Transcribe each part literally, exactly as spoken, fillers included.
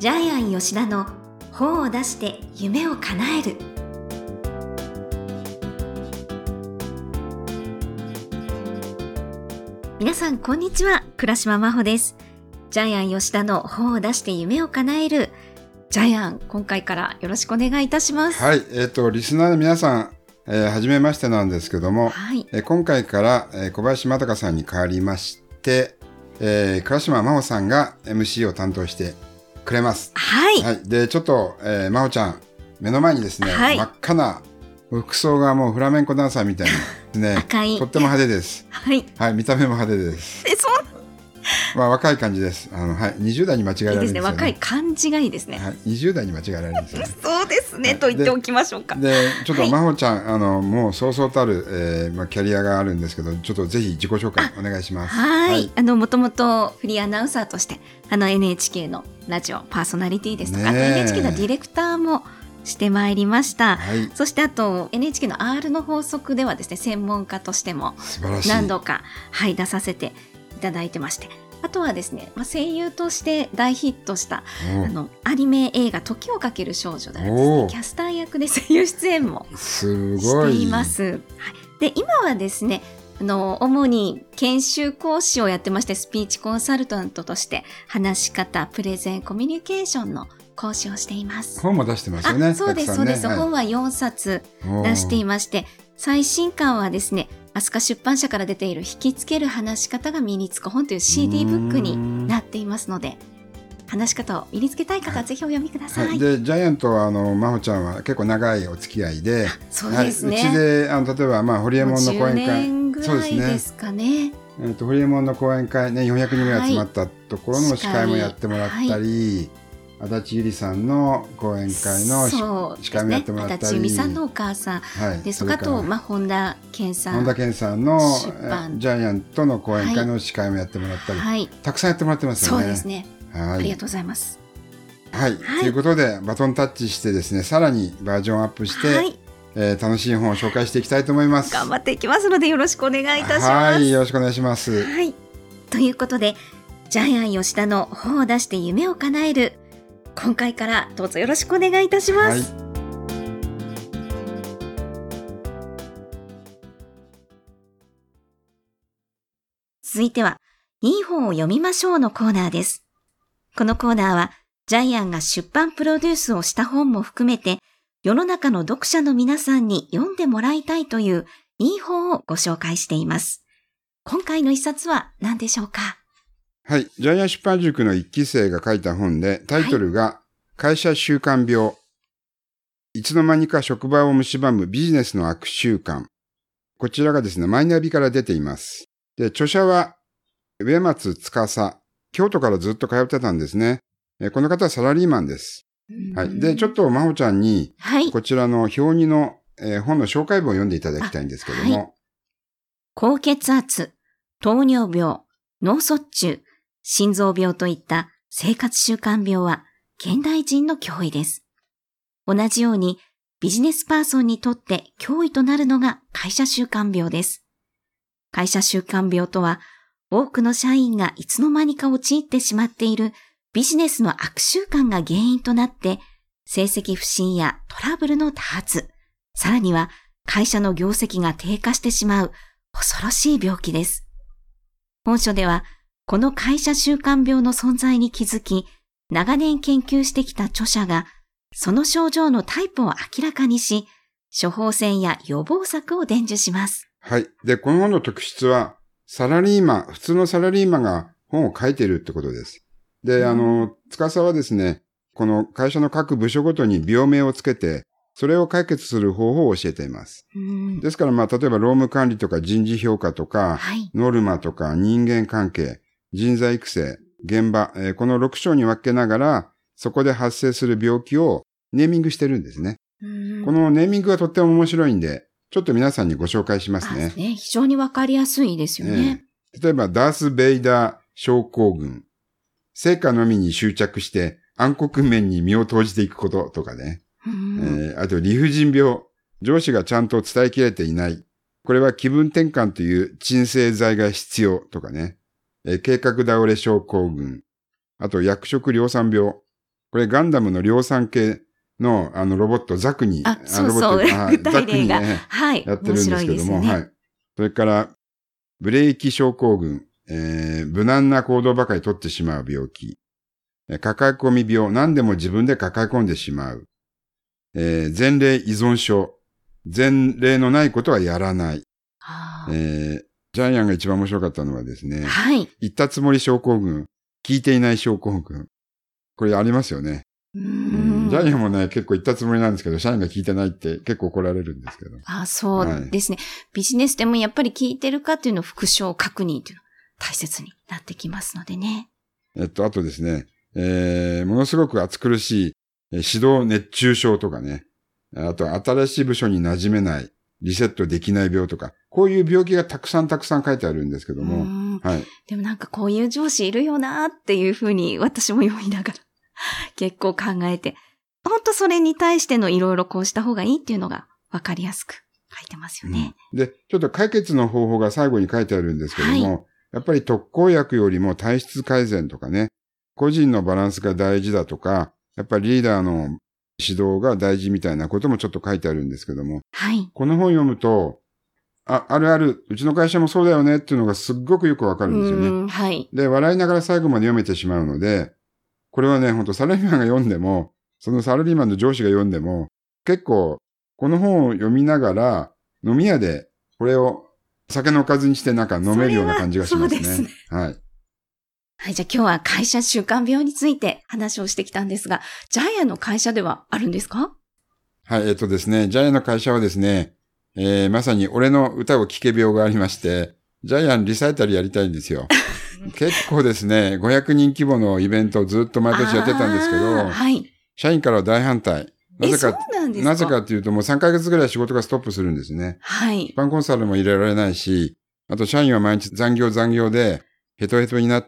ジャイアン吉田の本を出して夢を叶える。皆さんこんにちは、倉島真帆です。ジャイアン吉田の本を出して夢を叶える。ジャイアン、今回からよろしくお願いいたします。 はい、えっとリスナーの皆さん、えー、初めましてなんですけども、はい、えー、今回から、えー、小林またかさんに代わりまして、えー、倉島真帆さんが エムシー を担当してくれます。 はい。 はい、でちょっと、えー、真帆ちゃん目の前にですね、 はい、 真っ赤な服装がもうフラメンコダンサーみたいにですね、 赤いとっても派手です。 はい、 はい、見た目も派手です。 え、そんまあ、若い感じです。あの、はい、にじゅう代に間違えられるんですよね。 いいですね、若い感じがいいですね。 はい、にじゅう代に間違えられるんですよね。 そうですね、はい、と言っておきましょうか。 で、でちょっと真帆ちゃん、はい、あのもうそうそうたる、えーまあ、キャリアがあるんですけど、ちょっとぜひ自己紹介お願いします。 はい、はい、あのもともとフリーアナウンサーとしてあの エヌエイチケー のラジオパーソナリティですとか、あと エヌエイチケー のディレクターもしてまいりました、はい、そしてあと エヌエイチケー の アール の法則ではですね、専門家としても何度か、はい、出させていただいてまして、あとはですね、まあ、声優として大ヒットしたあのアニメ映画時をかける少女でですね、キャスター役で声優出演もしています。はい、で今はですね、あの主に研修講師をやってまして、スピーチコンサルタントとして話し方、プレゼン、コミュニケーションの講師をしています。 本も出してますよね。 そうです、ね、そうです、はい、本はよんさつ出していまして、最新刊はですね、飛鳥出版社から出ている引きつける話し方が身につく本という シーディー ブックになっていますので、話し方を身につけたい方はぜひお読みください。はい、 でジャイアンとあの真帆ちゃんは結構長いお付き合いで、 そうですね、 はい、うちであの例えば、まあ、ホリエモンの講演会、 じゅうねんぐらいですかね、 えー、とホリエモンの講演会、ね、よんひゃくにんぐらい集まったところの司会もやってもらったり、はい、足立ゆりさんの講演会の司会もやってもらったり、 足立ゆりさんのお母さんですとか、はい、あと、まあ、本田健さん本田健さんのジャイアントの講演会の司会もやってもらったり、はい、たくさんやってもらってますよね。 そうですね、はい、ありがとうございます。 はい、はい、ということでバトンタッチしてですね、さらにバージョンアップして、はい、えー、楽しい本を紹介していきたいと思います。 頑張っていきますのでよろしくお願いいたします。 はい、よろしくお願いします。 はい、ということでジャイアン吉田の本を出して夢を叶える、今回からどうぞよろしくお願いいたします。はい、続いてはいい本を読みましょうのコーナーです。このコーナーはジャイアンが出版プロデュースをした本も含めて、世の中の読者の皆さんに読んでもらいたいといういい本をご紹介しています。今回の一冊は何でしょうか？ はい、ジャイアン出版塾の一期生が書いた本で、タイトルが会社習慣病、はい、いつの間にか職場を蝕むビジネスの悪習慣。こちらがですね、マイナビから出ています。で、著者は植松司、京都からずっと通ってたんですね。この方はサラリーマンです。はい。で、ちょっと真帆ちゃんに、こちらの表にの、えー、本の紹介文を読んでいただきたいんですけども。はい、 高血圧、糖尿病、脳卒中、心臓病といった生活習慣病は現代人の脅威です。同じようにビジネスパーソンにとって脅威となるのが会社習慣病です。会社習慣病とは、多くの社員がいつの間にか陥ってしまっているビジネスの悪習慣が原因となって、成績不振やトラブルの多発、さらには会社の業績が低下してしまう恐ろしい病気です。本書では、この会社習慣病の存在に気づき、長年研究してきた著者が、その症状のタイプを明らかにし、処方箋や予防策を伝授します。 はい。で、この本の特質は、サラリーマン、普通のサラリーマンが本を書いているってことです。で、あの、司はですね、この会社の各部署ごとに病名をつけて、それを解決する方法を教えています。ですから、まあ、例えば労務管理とか人事評価とか、はい、ノルマとか人間関係、人材育成、現場、えー、このろく章に分けながら、そこで発生する病気をネーミングしてるんですね。このネーミングがとっても面白いんで、ちょっと皆さんにご紹介しますね。 ね、非常にわかりやすいですよね。 えー、例えば、ダース・ベイダー症候群。成果のみに執着して暗黒面に身を投じていくこととかね。えー、あと理不尽病。上司がちゃんと伝えきれていない。これは気分転換という鎮静剤が必要とかね。えー、計画倒れ症候群。あと薬食量産病。 これガンダムの量産系のあのロボットザクに、 あ、そうそう、 ロボット具体例が、 ね、 はい、 やってるんですけども、 面白いですね、 はい。それから、ブレーキ症候群、えー、無難な行動ばかり取ってしまう病気、抱え込み病、何でも自分で抱え込んでしまう、えー、前例依存症、前例のないことはやらない、えー、ジャイアンが一番面白かったのはですね、 はい。 言ったつもり症候群、聞いていない症候群、これありますよね。 うーん、 ジャイアンもね、結構言ったつもりなんですけど、社員が聞いてないって結構怒られるんですけど。 あ、そうですね、はい。ビジネスでもやっぱり聞いてるかっていうのを復唱確認っていうの大切になってきますのでね。 えっと、あとですね、えー、ものすごく暑苦しい指導熱中症とかね、あと新しい部署に馴染めない、リセットできない病とか、こういう病気がたくさんたくさん書いてあるんですけども、はい。 でもなんかこういう上司いるよなっていうふうに私も読みながら結構考えて、本当それに対してのいろいろこうした方がいいっていうのが分かりやすく書いてますよね。 うん、で、ちょっと解決の方法が最後に書いてあるんですけども、はい、やっぱり特効薬よりも体質改善とかね、個人のバランスが大事だとか、やっぱりリーダーの指導が大事みたいなこともちょっと書いてあるんですけども、 はい、 この本読むと、あ、あるある、うちの会社もそうだよねっていうのがすっごくよくわかるんですよね。 うん、はい。 で、笑いながら最後まで読めてしまうので、これはね、ほんとサラリーマンが読んでも、そのサラリーマンの上司が読んでも、結構、この本を読みながら、飲み屋でこれを酒のおかずにしてなんか飲めるような感じがしますね。そうですね。はい。 はい、じゃあ今日は会社習慣病について話をしてきたんですが、ジャイアンの会社ではあるんですか？ はい、えっとですね、ジャイアンの会社はですね、えー、まさに俺の歌を聴け病がありまして、ジャイアンリサイタルやりたいんですよ。結構ですね、ごひゃくにん規模のイベントをずっと毎年やってたんですけど、はい、社員からは大反対。なぜか、なぜかっていうともうさんかげつぐらい仕事がストップするんですね。 はい。 一般コンサルも入れられないし、あと社員は毎日残業残業でヘトヘトになって、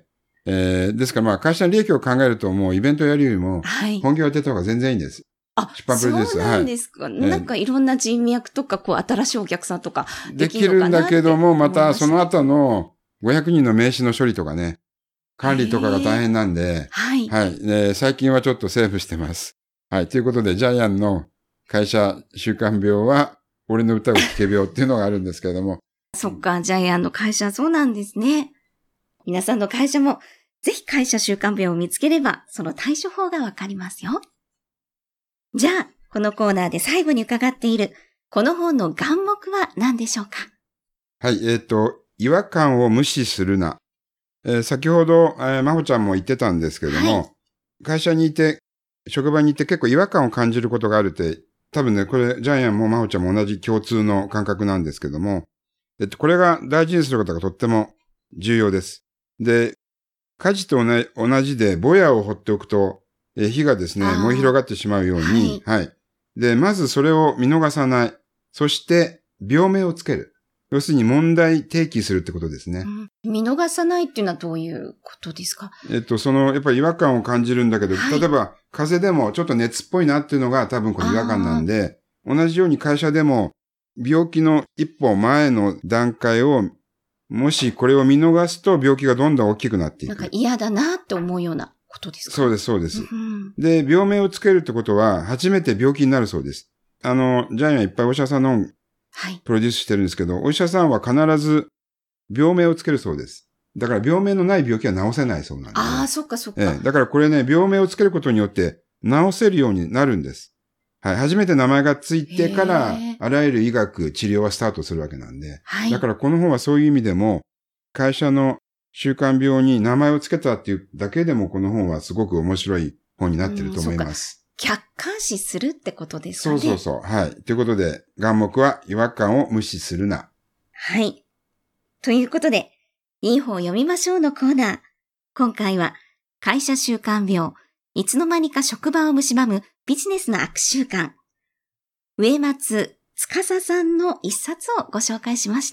えー、ですからまあ会社の利益を考えるともうイベントやるよりも、本業やってた方が全然いいんです。 あ、出版プロデュース。そうなんですか。はい、なんかいろんな人脈とか、こう、新しいお客さんとかできるのかなって。 できるんだけども、またその後のごひゃくにんの名刺の処理とかね、管理とかが大変なんで、 はい。 はい、ね。最近はちょっとセーフしてます。はい。ということで、ジャイアンの会社習慣病は、俺の歌を聴け病っていうのがあるんですけれども。 そっか、ジャイアンの会社そうなんですね。皆さんの会社も、ぜひ会社習慣病を見つければ、その対処法がわかりますよ。じゃあ、このコーナーで最後に伺っている、この本の眼目は何でしょうか？ はい、えっと、違和感を無視するな。えー、先ほど、えー、まほちゃんも言ってたんですけども、はい、会社にいて、職場にいて結構違和感を感じることがあるって、多分ね、これ、ジャイアンもまほちゃんも同じ共通の感覚なんですけども、えっと、これが大事にすることがとっても重要です。で、火事と同じで、ぼやを放っておくと、え火がですね、燃え広がってしまうように、はい、はい。で、まずそれを見逃さない。そして、病名をつける。要するに問題提起するってことですね。 うん、見逃さないっていうのはどういうことですか？ えっと、その、やっぱり違和感を感じるんだけど、はい、例えば、風邪でもちょっと熱っぽいなっていうのが多分この違和感なんで、同じように会社でも、病気の一歩前の段階を、もしこれを見逃すと病気がどんどん大きくなっていく。 なんか嫌だなって思うようなことですか？ そうです、そうです。うん、で、病名をつけるってことは、初めて病気になるそうです。あの、ジャイアンはいっぱいお医者さんのプロデュースしてるんですけど、はい、お医者さんは必ず病名をつけるそうです。だから病名のない病気は治せないそうなんで。 ああ、そっかそっか、 ええ。だからこれね、病名をつけることによって治せるようになるんです。はい。初めて名前がついてから、あらゆる医学、治療はスタートするわけなんで。はい。だからこの本はそういう意味でも、会社の習慣病に名前をつけたっていうだけでもこの本はすごく面白い本になってると思います。 客観視するってことですかね。 そうそうそう。はい。ということで、眼目は違和感を無視するな。 はい。ということで、いい本を読みましょうのコーナー。今回は、会社習慣病、いつの間にか職場を蝕むビジネスの悪習慣。植松司さんの一冊をご紹介しました。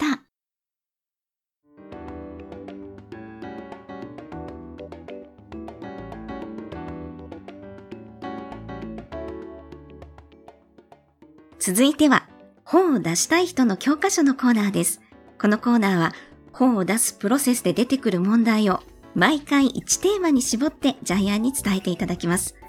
続いては、本を出したい人の教科書のコーナーです。このコーナーは、本を出すプロセスで出てくる問題を毎回いちテーマに絞ってジャイアンに伝えていただきます。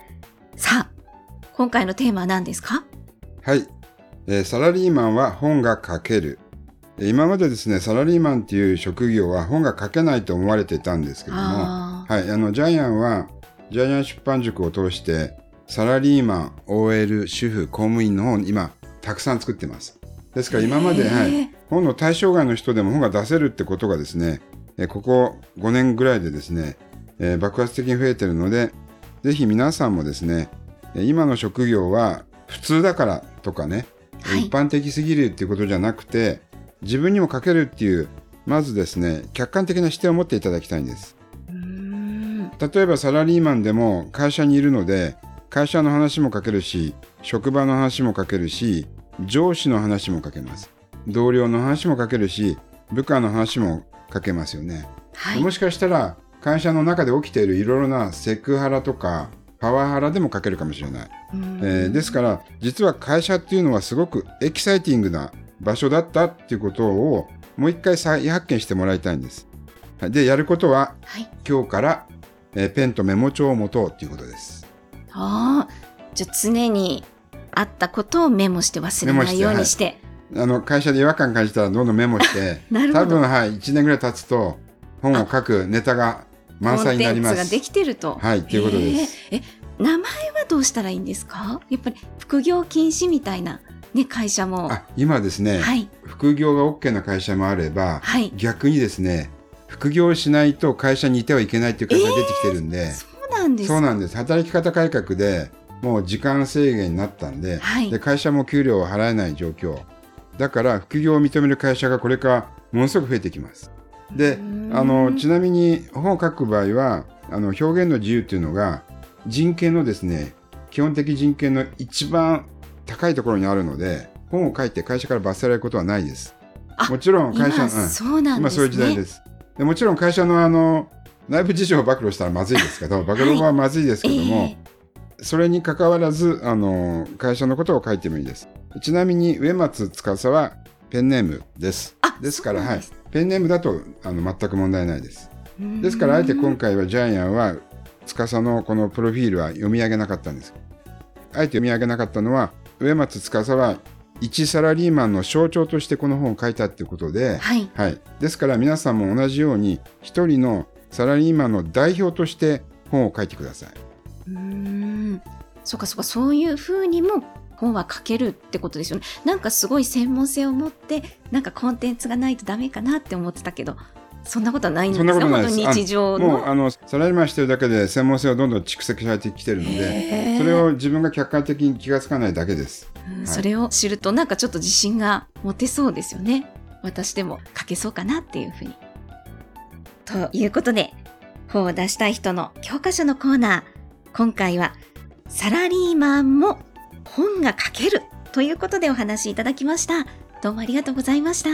さあ、今回のテーマは何ですか？ はい、えー、サラリーマンは本が書ける。今までですね、サラリーマンっていう職業は本が書けないと思われていたんですけども、はい、あのジャイアンはジャイアン出版塾を通してサラリーマン、オーエル、主婦、公務員の本今たくさん作ってます。ですから今まで、はい、本の対象外の人でも本が出せるってことがですね、えここごねんぐらいでですね、えー、爆発的に増えてるので、ぜひ皆さんもですね、今の職業は普通だからとかね、はい、一般的すぎるっていうことじゃなくて、自分にも書けるっていう、まずですね、客観的な視点を持っていただきたいんです。うーん、例えばサラリーマンでも会社にいるので、会社の話も書けるし、職場の話も書けるし、上司の話も書けます。同僚の話も書けるし、部下の話も書けますよね。はい、もしかしたら会社の中で起きているいろいろなセクハラとかパワハラでも書けるかもしれない。えー、ですから実は会社っていうのはすごくエキサイティングな場所だったっていうことをもう一回再発見してもらいたいんです。で、やることは、はい、今日から、えー、ペンとメモ帳を持とうっていうことです。 ああ、じゃあ常にあったことをメモして忘れないようにして、 はい、あの会社で違和感感じたらどんどんメモして多分、はい、いちねんぐらい経つと本を書くネタが満載になります。 コンテンツができてると。 はい、ということです。 えー、え名前はどうしたらいいんですか？やっぱり副業禁止みたいな、ね、会社も。 あ、今ですね、はい、副業が OK な会社もあれば、はい、逆にですね、副業しないと会社にいてはいけないという会社が出てきてるんで、えー、 そうなんですか？ そうなんです。働き方改革でもう時間制限になったんで、はい、で会社も給料を払えない状況だから副業を認める会社がこれからものすごく増えてきます。で、あのちなみに本を書く場合はあの表現の自由っていうのが人権のですね、基本的人権の一番高いところにあるので、本を書いて会社から罰せられることはないです。もちろん会社、 今そうなんですね、 今そういう時代です。でもちろん会社のあの内部事情を暴露したらまずいですけど、暴露はまずいですけども、はい、えー、それに関わらずあの会社のことを書いてもいいです。ちなみに植松司はペンネームです。ですから、はい、ペンネームだとあの全く問題ないです。ですからあえて今回はジャイアンは司のこのプロフィールは読み上げなかったんです。あえて読み上げなかったのは、植松司は一サラリーマンの象徴としてこの本を書いたっていうことで、はいはい、ですから皆さんも同じように一人のサラリーマンの代表として本を書いてください。 うーん、そうかそうか、そういうふうにも本は書けるってことですよね。なんかすごい専門性を持ってなんかコンテンツがないとダメかなって思ってたけど、そんなことはないんですか？ そんなことないです。 日常のもうあのサラリーマンしてるだけで専門性をどんどん蓄積されてきてるので、それを自分が客観的に気がつかないだけです。 はい、それを知るとなんかちょっと自信が持てそうですよね。私でも書けそうかなっていうふうに。ということで、本を出したい人の教科書のコーナー、今回はサラリーマンも本が書けるということでお話しいただきました。どうもありがとうございました。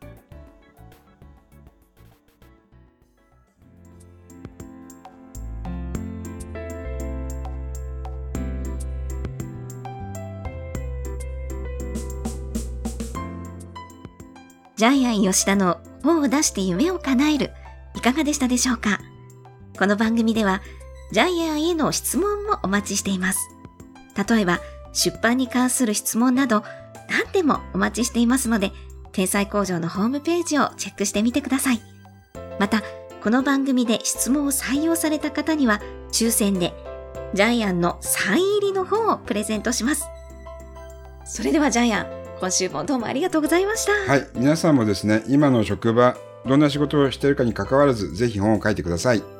ジャイアン吉田の本を出して夢を叶える、いかがでしたでしょうか？この番組ではジャイアンへの質問もお待ちしています。例えば出版に関する質問など何でもお待ちしていますので、天才工場のホームページをチェックしてみてください。またこの番組で質問を採用された方には抽選でジャイアンのサイン入りの本をプレゼントします。それではジャイアン、今週もどうもありがとうございました。 はい、皆さんもですね、今の職場どんな仕事をしているかに関わらずぜひ本を書いてください。